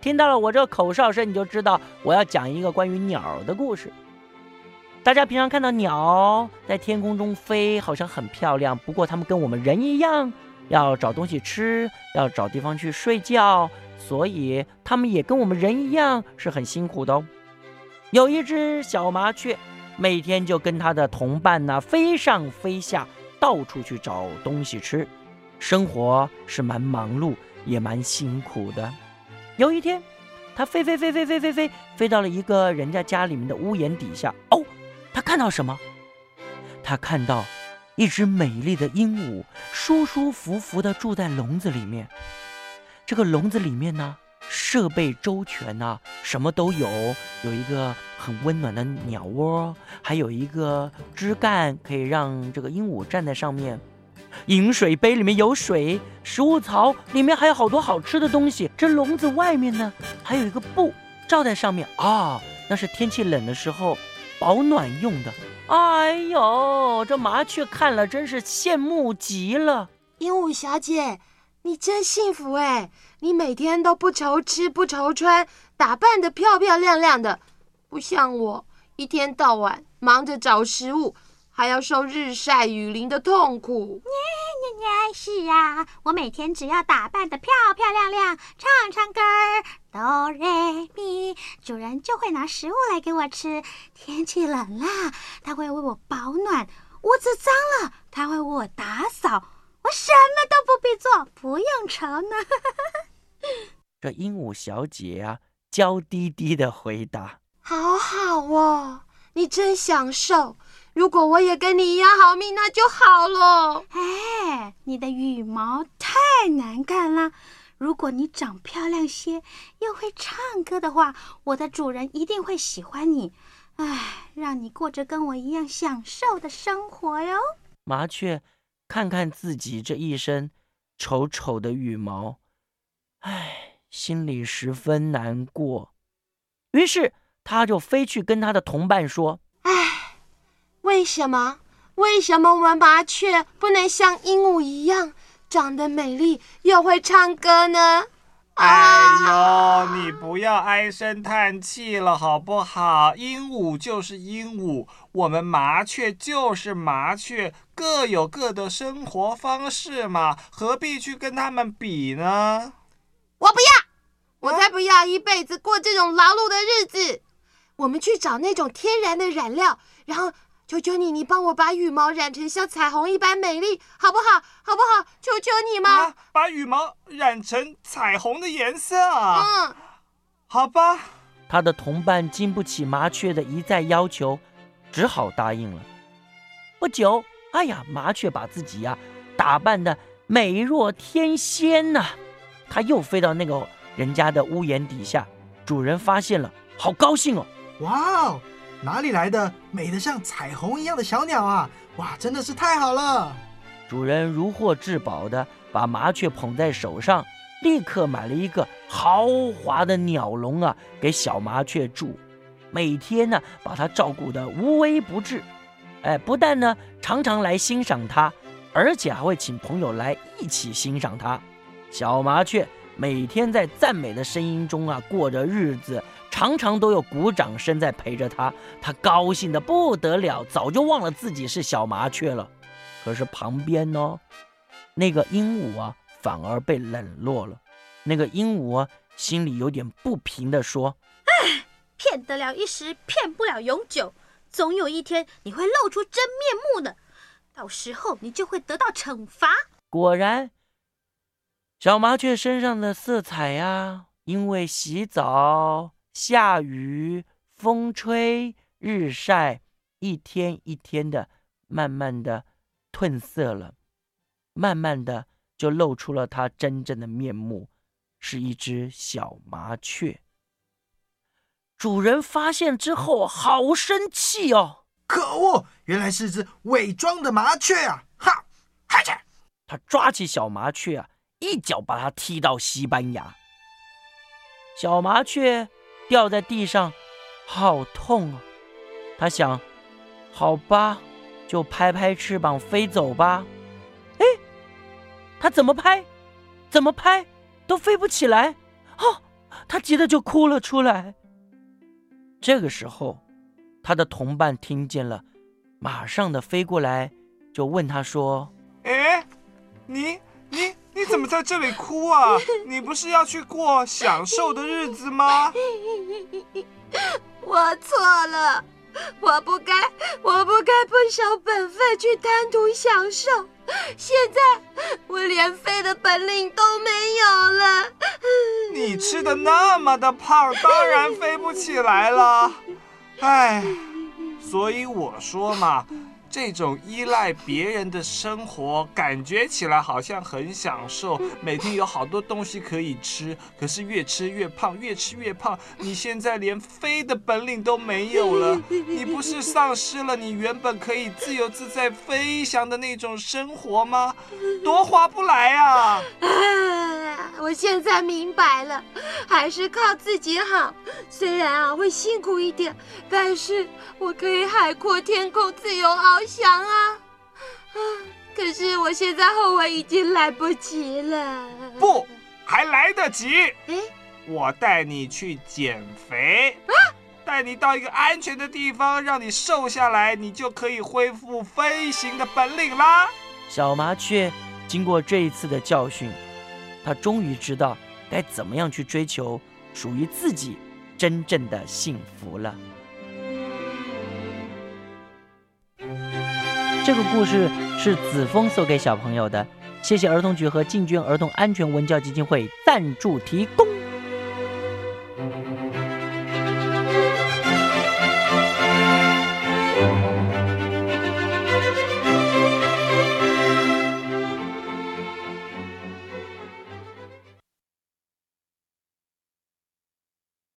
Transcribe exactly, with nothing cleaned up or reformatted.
听到了我这个口哨声，你就知道我要讲一个关于鸟的故事。大家平常看到鸟在天空中飞，好像很漂亮，不过它们跟我们人一样，要找东西吃，要找地方去睡觉，所以它们也跟我们人一样是很辛苦的哦。有一只小麻雀，每天就跟它的同伴呢、啊、飞上飞下，到处去找东西吃，生活是蛮忙碌也蛮辛苦的。有一天，它飞飞飞飞飞飞飞飞到了一个人家家里面的屋檐底下。哦，它看到什么？它看到一只美丽的鹦鹉舒舒服服地住在笼子里面。这个笼子里面呢，设备周全啊，什么都有，有一个很温暖的鸟窝，还有一个枝干可以让这个鹦鹉站在上面。饮水杯里面有水，食物槽里面还有好多好吃的东西。这笼子外面呢，还有一个布罩在上面啊，那是天气冷的时候保暖用的。哎呦，这麻雀看了真是羡慕极了。 鹦鹉小姐，你真幸福哎！你每天都不愁吃不愁穿，打扮得漂漂亮亮的，不像我，一天到晚忙着找食物，还要受日晒雨淋的痛苦。 呀呀呀，是啊，我每天只要打扮得漂漂亮亮，唱唱歌儿，哆来咪，主人就会拿食物来给我吃。天气冷啦，他会为我保暖；屋子脏了，他会为我打扫。我什么都不必做，不用愁呢。 这鹦鹉小姐啊，娇滴滴的回答： 好好哦，你真享受。如果我也跟你一样好命，那就好了。 哎，你的羽毛太难看了。如果你长漂亮些，又会唱歌的话，我的主人一定会喜欢你。哎，让你过着跟我一样享受的生活哟。 麻雀看看自己这一身丑丑的羽毛，哎，心里十分难过。于是他就飞去跟他的同伴说： 哎，为什么为什么我们麻雀不能像鹦鹉一样长得美丽又会唱歌呢？ 哎呦，你不要唉声叹气了好不好？鹦鹉就是鹦鹉，我们麻雀就是麻雀，各有各的生活方式嘛，何必去跟他们比呢？ 我不要，我才不要一辈子过这种劳碌的日子。我们去找那种天然的染料，然后求求你，你帮我把羽毛染成像彩虹一般美丽，好不好？好不好？求求你嘛！ 啊，把羽毛染成彩虹的颜色啊！ 嗯， 好吧。 他的同伴经不起麻雀的一再要求，只好答应了。不久，哎呀，麻雀把自己呀、啊、打扮得美若天仙呐、啊！他又飞到那个人家的屋檐底下，主人发现了，好高兴哦！ 哇哦！哪里来的美得像彩虹一样的小鸟啊！哇，真的是太好了！ 主人如获至宝的把麻雀捧在手上，立刻买了一个豪华的鸟笼啊，给小麻雀住。每天呢，把它照顾得无微不至。哎，不但呢常常来欣赏它，而且还会请朋友来一起欣赏它。小麻雀每天在赞美的声音中啊过着日子，常常都有鼓掌声在陪着他，他高兴得不得了，早就忘了自己是小麻雀了。可是旁边呢，那个鹦鹉啊，反而被冷落了。那个鹦鹉啊，心里有点不平地说： 唉，骗得了一时，骗不了永久，总有一天你会露出真面目的，到时候你就会得到惩罚。 果然，小麻雀身上的色彩啊，因为洗澡、下雨、风吹、日晒，一天一天的慢慢的褪色了，慢慢的就露出了它真正的面目，是一只小麻雀。主人发现之后好生气哦！ 可恶，原来是只伪装的麻雀啊！哈，嗨去！ 他抓起小麻雀啊，一脚把它踢到西班牙。小麻雀掉在地上，好痛啊！他想，好吧，就拍拍翅膀飞走吧。哎，他怎么拍，怎么拍都飞不起来。哦，他吧唧的就哭了出来。这个时候，他的同伴听见了，马上的飞过来，就问他说：“ 哎，你你你怎么在这里哭啊？你不是要去过享受的日子吗？” 我错了，我不该，我不该不守本分去贪图享受。现在我连飞的本领都没有了。 你吃的那么的胖，当然飞不起来了。哎，所以我说嘛，这种依赖别人的生活，感觉起来好像很享受，每天有好多东西可以吃，可是越吃越胖，越吃越胖。你现在连飞的本领都没有了，你不是丧失了你原本可以自由自在飞翔的那种生活吗？多划不来啊！ 啊，我现在明白了，还是靠自己好。虽然啊会辛苦一点，但是我可以海阔天空，自由翱翔啊！啊，可是我现在后悔已经来不及了。 不，还来得及。 哎， 我带你去减肥啊！带你到一个安全的地方，让你瘦下来，你就可以恢复飞行的本领啦。 小麻雀经过这一次的教训，他终于知道该怎么样去追求属于自己真正的幸福了。这个故事是子枫送给小朋友的，谢谢儿童局和进军儿童安全文教基金会赞助提供。